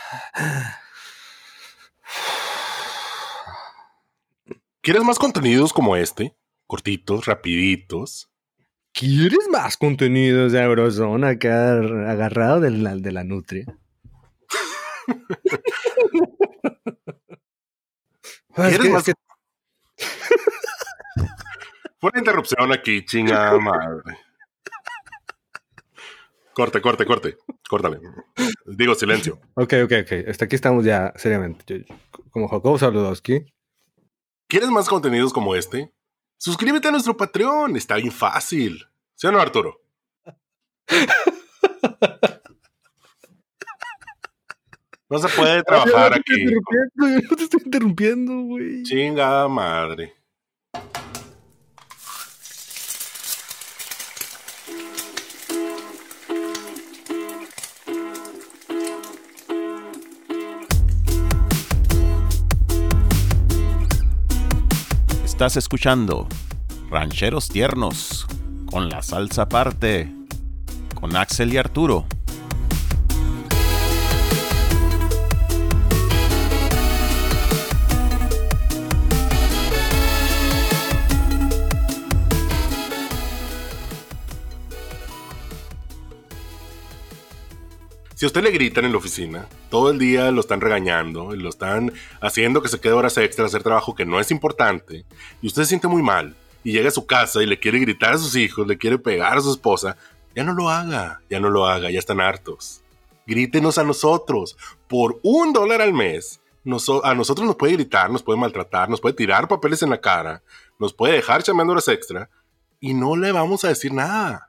¿Quieres más contenidos como este? Cortitos, rapiditos. ¿Quieres más contenido sabrosón acá agarrado de la nutria? ¿Quieres más? Fue una interrupción aquí, chingada madre. Corte. Córtale. Digo silencio. Ok. Hasta aquí estamos ya, seriamente. Como Jacobo Zabludowski. ¿Quieres más contenidos como este? Suscríbete a nuestro Patreon. Está bien fácil. ¿Sí o no, Arturo? No se puede trabajar aquí. No te estoy interrumpiendo, güey. Chingada madre. Estás escuchando Rancheros Tiernos con la salsa aparte, con Axel y Arturo. Si a usted le gritan en la oficina, todo el día lo están regañando, y lo están haciendo que se quede horas extra a hacer trabajo que no es importante, y usted se siente muy mal, y llega a su casa y le quiere gritar a sus hijos, le quiere pegar a su esposa, ya no lo haga, ya están hartos. Grítenos a nosotros, por $1 al mes, a nosotros nos puede gritar, nos puede maltratar, nos puede tirar papeles en la cara, nos puede dejar chambeando horas extra, y no le vamos a decir nada.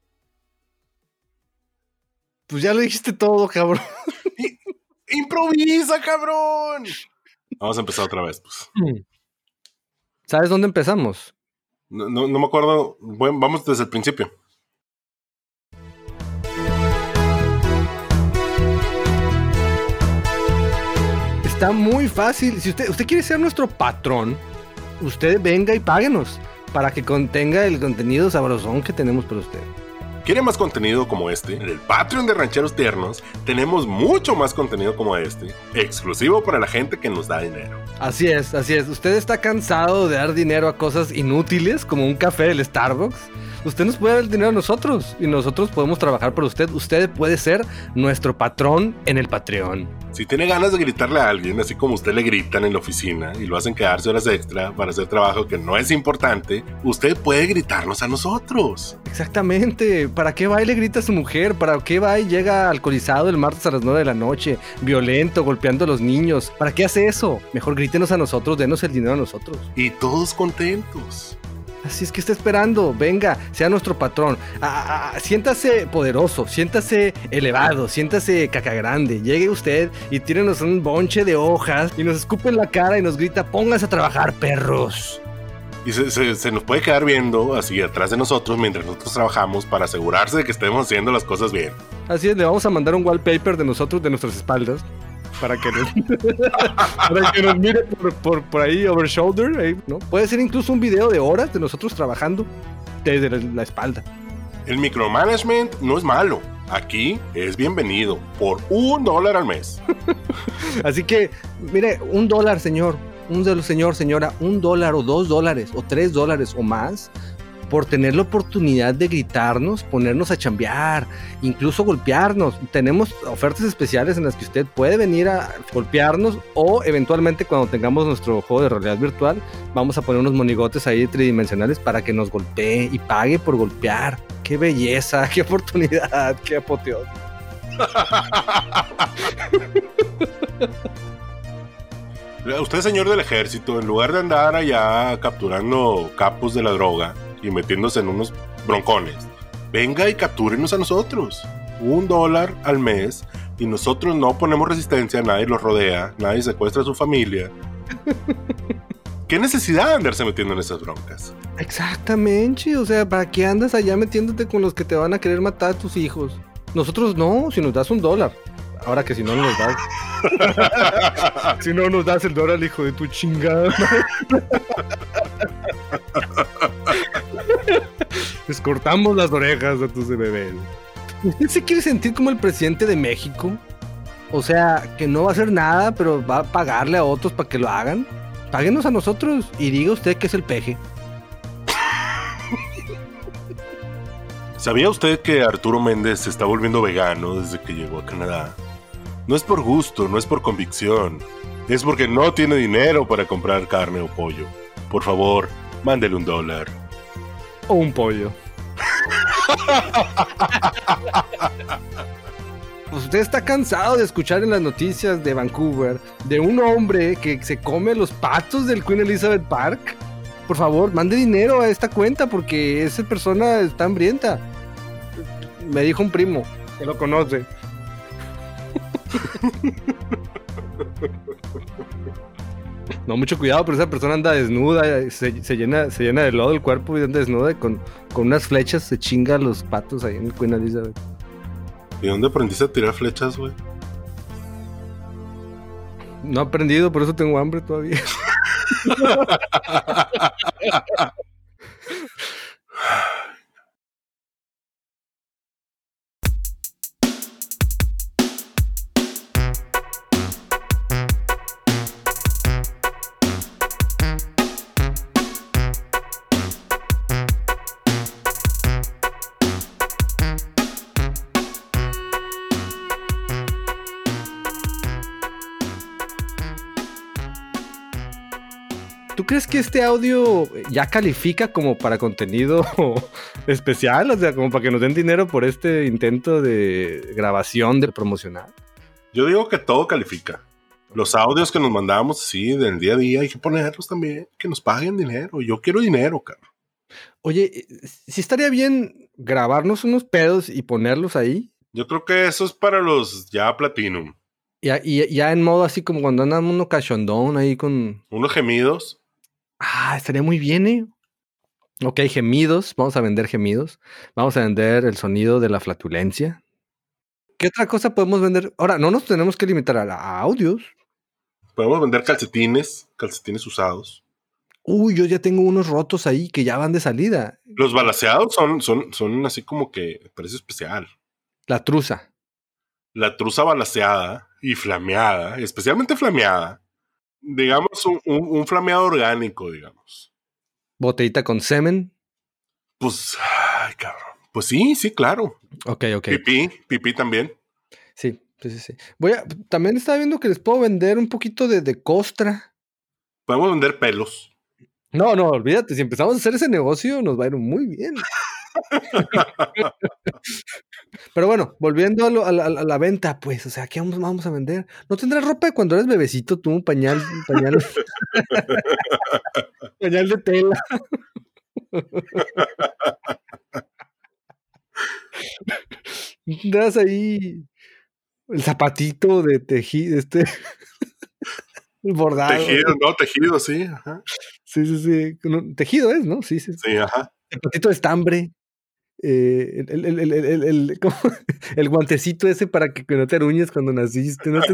Pues ya lo dijiste todo, cabrón. ¡Improvisa, cabrón! Vamos a empezar otra vez, pues. ¿Sabes dónde empezamos? No me acuerdo. Bueno, vamos desde el principio. Está muy fácil. Si usted quiere ser nuestro patrón, usted venga y páguenos para que contenga el contenido sabrosón que tenemos para usted. ¿Quiere más contenido como este? En el Patreon de Rancheros Tiernos tenemos mucho más contenido como este, exclusivo para la gente que nos da dinero. Así es. ¿Usted está cansado de dar dinero a cosas inútiles como un café del Starbucks? Usted nos puede dar el dinero a nosotros y nosotros podemos trabajar por usted. Usted puede ser nuestro patrón en el Patreon. Si tiene ganas de gritarle a alguien, así como usted le gritan en la oficina y lo hacen quedarse horas extra para hacer trabajo que no es importante, usted puede gritarnos a nosotros. Exactamente. ¿Para qué va y le grita a su mujer? ¿Para qué va y llega alcoholizado el martes a las 9 de la noche, violento, golpeando a los niños? ¿Para qué hace eso? Mejor grítenos a nosotros, denos el dinero a nosotros. Y todos contentos. Así es que está esperando, venga, sea nuestro patrón. Siéntase poderoso, siéntase elevado, siéntase caca grande. Llegue usted y tírenos un bonche de hojas y nos escupe en la cara y nos grita: pónganse a trabajar, perros. Y se nos puede quedar viendo así atrás de nosotros mientras nosotros trabajamos para asegurarse de que estemos haciendo las cosas bien. Así es, le vamos a mandar un wallpaper de nosotros, de nuestras espaldas, para que nos mire por ahí, over shoulder, ahí, ¿no? Puede ser incluso un video de horas de nosotros trabajando desde la espalda. El micromanagement no es malo. Aquí es bienvenido por $1 al mes. Así que, mire, $1, señor. Señor, señora, $1 o $2 o $3 o más por tener la oportunidad de gritarnos, ponernos a chambear, incluso golpearnos. Tenemos ofertas especiales en las que usted puede venir a golpearnos, o eventualmente cuando tengamos nuestro juego de realidad virtual vamos a poner unos monigotes ahí tridimensionales para que nos golpee y pague por golpear. ¡Qué belleza! ¡Qué oportunidad! ¡Qué apoteosis! Usted, señor del ejército, en lugar de andar allá capturando capos de la droga y metiéndose en unos broncones, venga y captúrenos a nosotros. $1 al mes y nosotros no ponemos resistencia, nadie los rodea, nadie secuestra a su familia. ¿Qué necesidad de andarse metiendo en esas broncas? Exactamente, o sea, ¿para qué andas allá metiéndote con los que te van a querer matar a tus hijos? Nosotros no, si nos das $1. Ahora que si no nos das. Si no nos das el $1, hijo de tu chingada. Les cortamos las orejas a tus bebés. ¿Usted se quiere sentir como el presidente de México? O sea, que no va a hacer nada, pero va a pagarle a otros para que lo hagan. Páguenos a nosotros y diga usted que es el peje. ¿Sabía usted que Arturo Méndez se está volviendo vegano desde que llegó a Canadá? No es por gusto, no es por convicción. Es porque no tiene dinero para comprar carne o pollo. Por favor, mándele $1. O un pollo. Usted está cansado de escuchar en las noticias de Vancouver de un hombre que se come los patos del Queen Elizabeth Park. Por favor, mande dinero a esta cuenta porque esa persona está hambrienta. Me dijo un primo que lo conoce. No, mucho cuidado, pero esa persona anda desnuda, se llena de lodo el cuerpo y anda desnuda con unas flechas, se chinga a los patos ahí en el Queen Elizabeth. ¿Y dónde aprendiste a tirar flechas, güey? No he aprendido, por eso tengo hambre todavía. ¿Tú crees que este audio ya califica como para contenido especial? O sea, como para que nos den dinero por este intento de grabación de promocional. Yo digo que todo califica. Los audios que nos mandamos, sí, del día a día, hay que ponerlos también, que nos paguen dinero. Yo quiero dinero, cabrón. Oye, ¿sí estaría bien grabarnos unos pedos y ponerlos ahí? Yo creo que eso es para los ya Platinum. Y ya en modo así como cuando andan uno cachondón ahí con... Unos gemidos. Ah, estaría muy bien, ¿eh? Ok, gemidos. Vamos a vender gemidos. Vamos a vender el sonido de la flatulencia. ¿Qué otra cosa podemos vender? Ahora, no nos tenemos que limitar a audios. Podemos vender calcetines usados. Uy, yo ya tengo unos rotos ahí que ya van de salida. Los balaceados son así como que precio especial. La truza. La truza balaceada y flameada, especialmente flameada. Digamos un flameado orgánico, digamos. Botellita con semen. Pues, ay, cabrón. Pues sí, claro. Ok. Pipí también. Sí. También estaba viendo que les puedo vender un poquito de costra. Podemos vender pelos. No, olvídate. Si empezamos a hacer ese negocio, nos va a ir muy bien. Pero bueno, volviendo a la venta, pues, o sea, ¿qué vamos a vender? ¿No tendrás ropa de cuando eres bebecito tú? Un pañal pañal de tela. Das ahí el zapatito de tejido, el bordado. Tejido, sí. Ajá. Sí. Tejido es, ¿no? Sí. Sí, ajá. El patito de estambre. El guantecito ese para que no te aruñes cuando naciste. ¿No?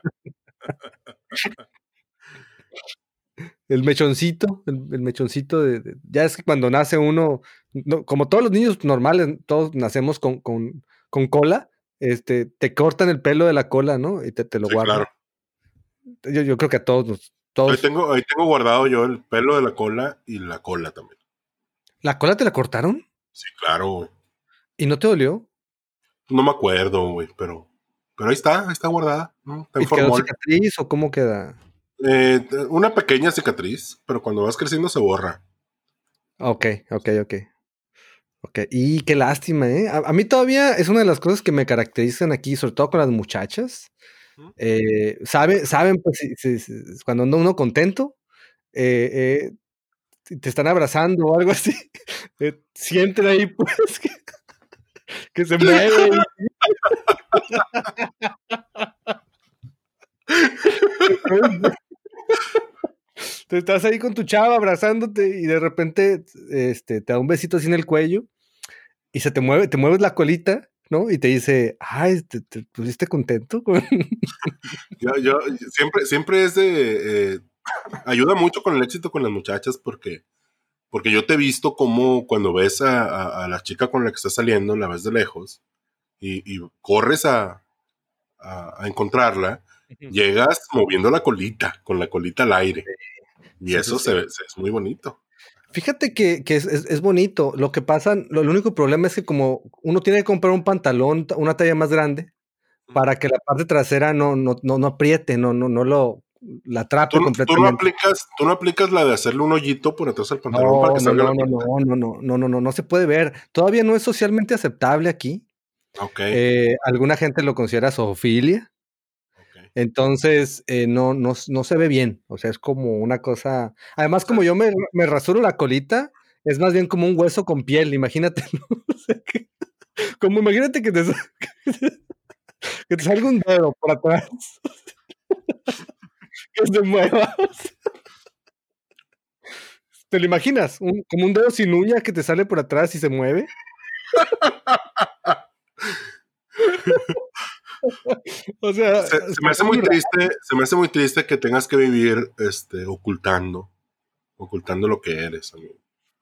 El mechoncito, el mechoncito ya es que cuando nace uno, no, como todos los niños normales, todos nacemos con cola, te cortan el pelo de la cola, ¿no? Y te lo guardan. Claro. Yo creo que a todos. Ahí tengo guardado yo el pelo de la cola y la cola también. ¿La cola te la cortaron? Sí, claro, güey. ¿Y no te dolió? No me acuerdo, güey, pero ahí está guardada, ¿no? Está en ¿Y quedó formol. cicatriz o cómo queda? Una pequeña cicatriz, pero cuando vas creciendo se borra. Ok. Y qué lástima, ¿eh? A mí todavía es una de las cosas que me caracterizan aquí, sobre todo con las muchachas. Saben, pues, cuando anda uno contento, te están abrazando o algo así. Sienten ahí, pues, que se mueve. Te estás ahí con tu chava abrazándote y de repente te da un besito así en el cuello y te mueves la colita, ¿no? Y te dice, ay, ¿te pusiste contento? Yo siempre es de... ayuda mucho con el éxito con las muchachas porque yo te he visto como cuando ves a la chica con la que estás saliendo, la ves de lejos y corres a a encontrarla, llegas moviendo la colita, con la colita al aire. Y Sí, eso sí, sí. es muy bonito. Fíjate que es bonito. Lo que pasa, el único problema es que como uno tiene que comprar un pantalón, una talla más grande, para que la parte trasera no apriete, la atrape completamente. Tú no aplicas la de hacerle un hoyito por atrás al pantalón para No, que no, salga no, la no, colita. no se puede ver. Todavía no es socialmente aceptable aquí. Ok, Alguna gente lo considera zoofilia. ok. Entonces, no se ve bien. O sea, es como una cosa. Además, O sea, como yo me rasuro la colita, es más bien como un hueso con piel. Imagínate, ¿no? O sea, como imagínate que te salga un dedo por atrás, que se mueva. ¿Te lo imaginas? Como un dedo sin uña que te sale por atrás y se mueve. O sea, se me sería hace muy muy raro. triste, se me hace muy triste que tengas que vivir ocultando lo que eres, amigo.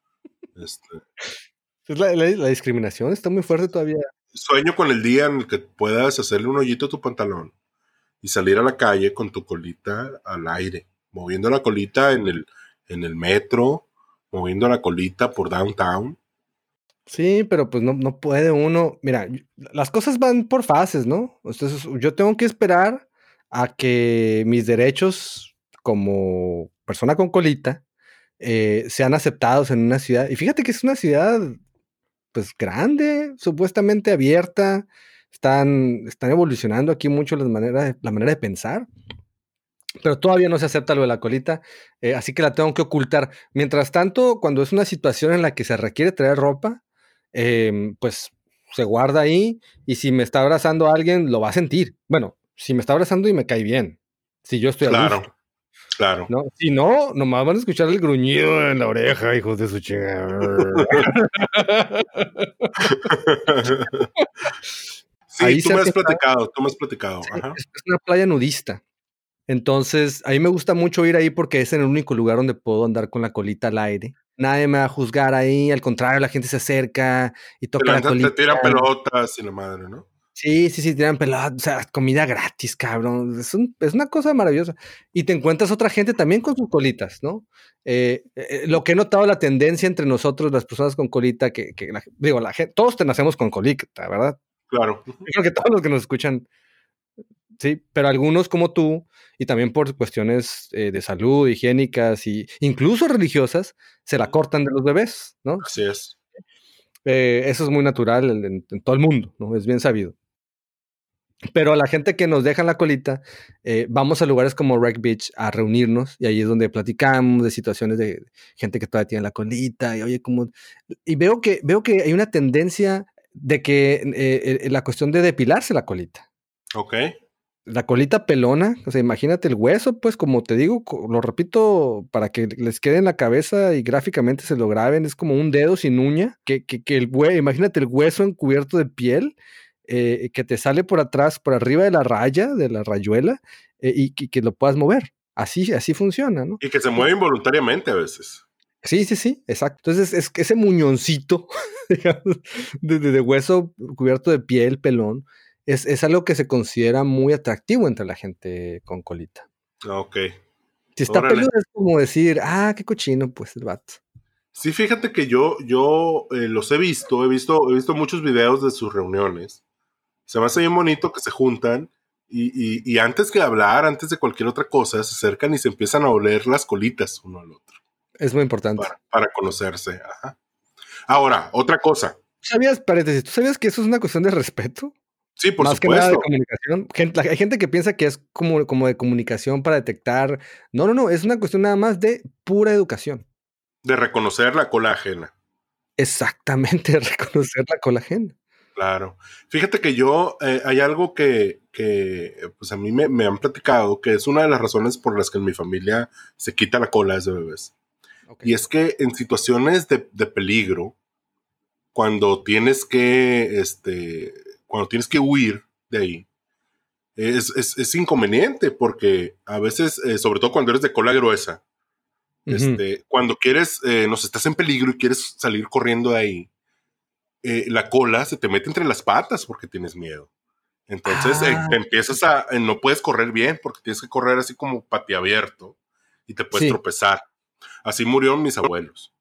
Es la discriminación está muy fuerte todavía. Sueño con el día en el que puedas hacerle un hoyito a tu pantalón y salir a la calle con tu colita al aire, moviendo la colita en el metro, moviendo la colita por downtown. Sí, pero pues no puede uno. Mira, las cosas van por fases, ¿no? Entonces, yo tengo que esperar a que mis derechos como persona con colita sean aceptados en una ciudad. Y fíjate que es una ciudad, pues, grande, supuestamente abierta. Están evolucionando aquí mucho la manera de pensar. Pero todavía no se acepta lo de la colita, así que la tengo que ocultar. Mientras tanto, cuando es una situación en la que se requiere traer ropa, pues se guarda ahí y si me está abrazando a alguien, lo va a sentir. Bueno, si me está abrazando y me cae bien, si yo estoy a gusto, Claro, claro. ¿no? Si no, nomás van a escuchar el gruñido en la oreja, hijos de su chingada. Sí, Ahí cerca está, tú me has platicado. sí, Ajá. es una playa nudista. Entonces, a mí me gusta mucho ir ahí porque es en el único lugar donde puedo andar con la colita al aire. Nadie me va a juzgar ahí, al contrario, la gente se acerca y toca la Te colita. tiran pelotas y la madre, ¿no? Sí, sí, sí, tiran pelado, o sea, comida gratis, cabrón. Es una cosa maravillosa. Y te encuentras otra gente también con sus colitas, ¿no? Lo que he notado la tendencia entre nosotros, las personas con colita, digo, la gente, todos te nacemos con colita, ¿verdad? Claro. Yo creo que todos los que nos escuchan. Sí, pero algunos como tú, y también por cuestiones de salud, higiénicas e incluso religiosas, se la cortan de los bebés, ¿no? Así es. Eso es muy natural en todo el mundo, ¿no? Es bien sabido. Pero a la gente que nos deja la colita, vamos a lugares como Wreck Beach a reunirnos y ahí es donde platicamos de situaciones de gente que todavía tiene la colita y oye, como... Y veo que hay una tendencia de que la cuestión de depilarse la colita. Ok. La colita pelona, o sea, imagínate el hueso, pues como te digo, lo repito para que les quede en la cabeza y gráficamente se lo graben, es como un dedo sin uña, imagínate el hueso encubierto de piel, que te sale por atrás, por arriba de la raya, de la rayuela, que lo puedas mover. Así funciona, ¿no? Y que se mueve involuntariamente a veces. Sí, sí, sí, exacto. Entonces es que ese muñoncito digamos, de hueso cubierto de piel, pelón, es algo que se considera muy atractivo entre la gente con colita. Ok. Si está Órale. peludo es como decir, qué cochino, pues el vato. Sí, fíjate que yo los he visto muchos videos de sus reuniones. Se me hace bien bonito que se juntan y antes que hablar, antes de cualquier otra cosa, se acercan y se empiezan a oler las colitas uno al otro Es muy importante. para conocerse. Ajá. Ahora, otra cosa. Paréntesis, ¿tú sabías que eso es una cuestión de respeto? Sí, por Más que nada de supuesto. comunicación. Hay gente que piensa que es como de comunicación para detectar. No, es una cuestión nada más de pura educación. De reconocer la cola ajena. Exactamente, reconocer la colágena. Claro. Fíjate que hay algo que pues a mí me han platicado, que es una de las razones por las que en mi familia se quita la cola desde bebés. Okay. Y es que en situaciones de peligro, cuando tienes que, cuando tienes que huir de ahí, es inconveniente porque a veces, sobre todo cuando eres de cola gruesa, cuando quieres, no sé, estás en peligro y quieres salir corriendo de ahí, la cola se te mete entre las patas porque tienes miedo. Entonces te empiezas no puedes correr bien porque tienes que correr así como patiabierto y te puedes tropezar. Así murieron mis abuelos.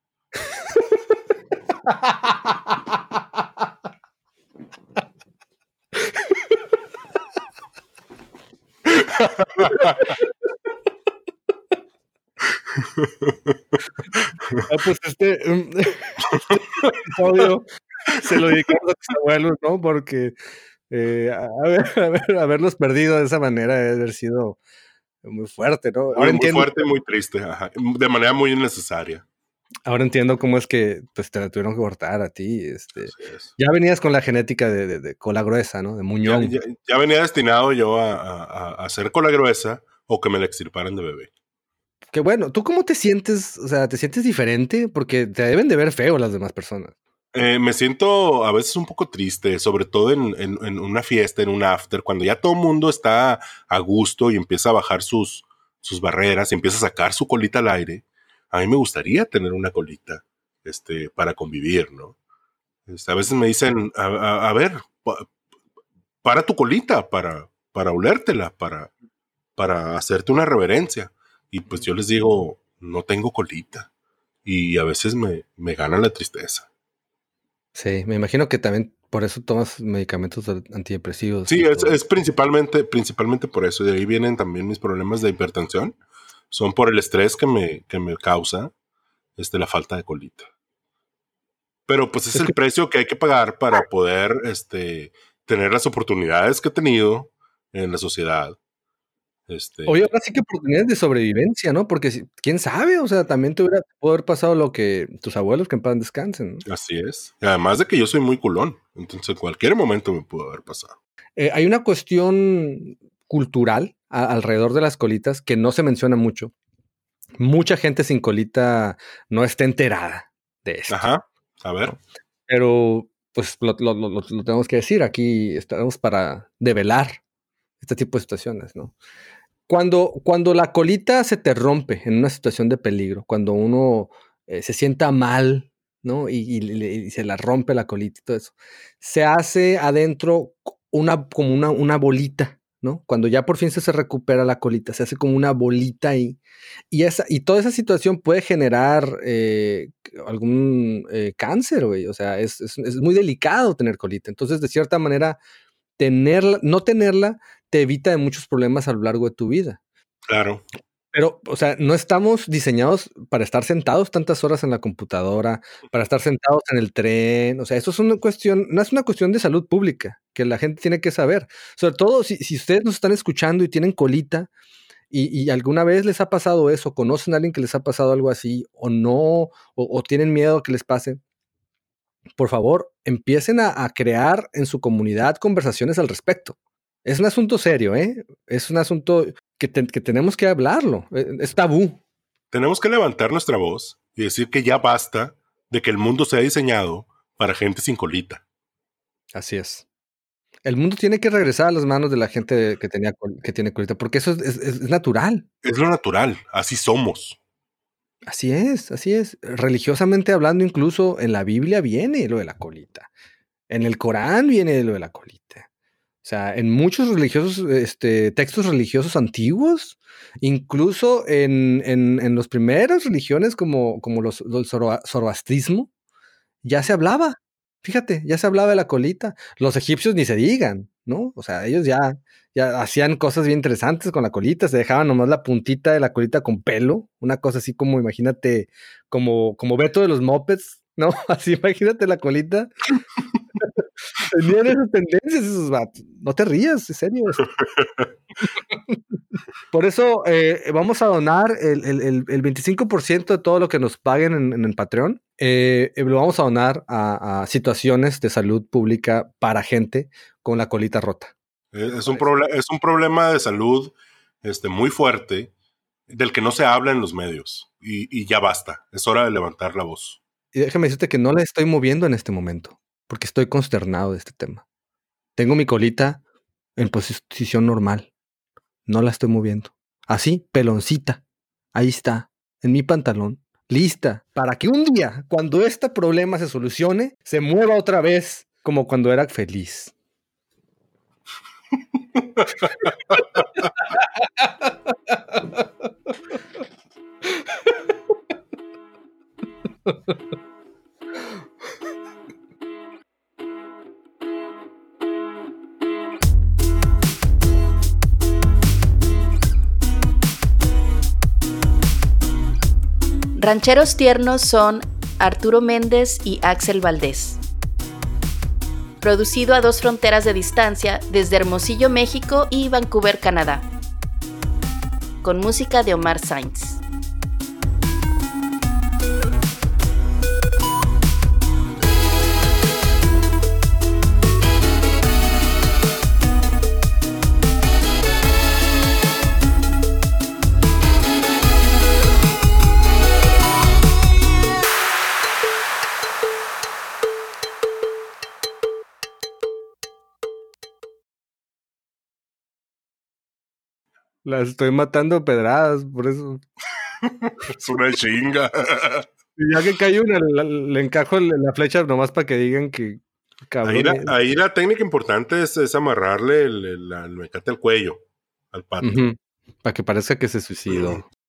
Pues este episodio se lo dedicamos a tus abuelos, ¿no? Porque haberlos perdido de esa manera debe haber sido muy fuerte, ¿no? Ahora muy fuerte y muy triste, ajá, de manera muy innecesaria. Ahora entiendo cómo es que pues, te la tuvieron que cortar a ti. Ya venías con la genética de cola gruesa, ¿no? De muñón. Ya venía destinado yo a hacer cola gruesa o que me la extirparan de bebé. Qué bueno. ¿Tú cómo te sientes? O sea, ¿te sientes diferente? Porque te deben de ver feo las demás personas. Me siento a veces un poco triste, sobre todo en una fiesta, en un after, cuando ya todo el mundo está a gusto y empieza a bajar sus barreras y empieza a sacar su colita al aire. A mí me gustaría tener una colita para convivir, ¿no? A veces me dicen, a ver, para tu colita, para olértela, para hacerte una reverencia. Y pues yo les digo, no tengo colita. Y a veces me gana la tristeza. Sí, me imagino que también por eso tomas medicamentos antidepresivos. Sí, es principalmente por eso. De ahí vienen también mis problemas de hipertensión. Son por el estrés que me causa la falta de colita. Pero pues es el precio que hay que pagar para poder tener las oportunidades que he tenido en la sociedad. Oye, ahora sí que oportunidades de sobrevivencia, ¿no? Porque quién sabe, o sea, también te puede haber pasado lo que tus abuelos, que en paz descansen, ¿no? Así es. Y además de que yo soy muy culón, entonces en cualquier momento me pudo haber pasado. Hay una cuestión cultural alrededor de las colitas que no se menciona mucho. Mucha gente sin colita no está enterada de esto. Ajá, a ver. ¿No? Pero pues lo tenemos que decir, aquí estamos para develar este tipo de situaciones, ¿no? Cuando la colita se te rompe en una situación de peligro, cuando uno se sienta mal, ¿no? Y se la rompe la colita y todo eso, se hace adentro como una bolita, ¿no? Cuando ya por fin se recupera la colita, se hace como una bolita ahí. Y toda esa situación puede generar algún cáncer, güey. O sea, es muy delicado tener colita. Entonces, de cierta manera, no tenerla te evita de muchos problemas a lo largo de tu vida. Claro. Pero, o sea, no estamos diseñados para estar sentados tantas horas en la computadora, para estar sentados en el tren. O sea, eso es no es una cuestión de salud pública que la gente tiene que saber. Sobre todo si ustedes nos están escuchando y tienen colita y alguna vez les ha pasado eso, conocen a alguien que les ha pasado algo así o no, o tienen miedo que les pase. Por favor, empiecen a crear en su comunidad conversaciones al respecto. Es un asunto serio, ¿eh? Es un asunto que tenemos que hablarlo. Es tabú. Tenemos que levantar nuestra voz y decir que ya basta de que el mundo sea diseñado para gente sin colita. Así es. El mundo tiene que regresar a las manos de la gente que tiene colita, porque eso es natural. Es lo natural, así somos. Así es, así es. Religiosamente hablando, incluso en la Biblia viene lo de la colita. En el Corán viene lo de la colita. O sea, en muchos textos religiosos antiguos, incluso en las primeras religiones como el zoroastrismo, ya se hablaba. Fíjate, ya se hablaba de la colita. Los egipcios ni se digan, ¿no? O sea, ellos ya hacían cosas bien interesantes con la colita, se dejaban nomás la puntita de la colita con pelo, una cosa así como, imagínate, como Beto de los Muppets, ¿no? Así, imagínate la colita. Tenían esas tendencias esos vatos. No te rías, en serio. Por eso vamos a donar el 25% de todo lo que nos paguen en el Patreon. Lo vamos a donar a situaciones de salud pública para gente con la colita rota. Es un problema de salud muy fuerte del que no se habla en los medios. Y ya basta. Es hora de levantar la voz. Y déjame decirte que no la estoy moviendo en este momento, porque estoy consternado de este tema. Tengo mi colita en posición normal. No la estoy moviendo. Así, peloncita. Ahí está, en mi pantalón, lista para que un día, cuando este problema se solucione, se mueva otra vez como cuando era feliz. Rancheros tiernos son Arturo Méndez y Axel Valdés. Producido a 2 fronteras de distancia desde Hermosillo, México y Vancouver, Canadá. Con música de Omar Sainz. Las estoy matando a pedradas, por eso. Es una chinga. Y ya que cae una, le encajo la flecha nomás para que digan que cabrón. Ahí la técnica importante es amarrarle el mecate al cuello, al pato. Para que parezca que se suicidó.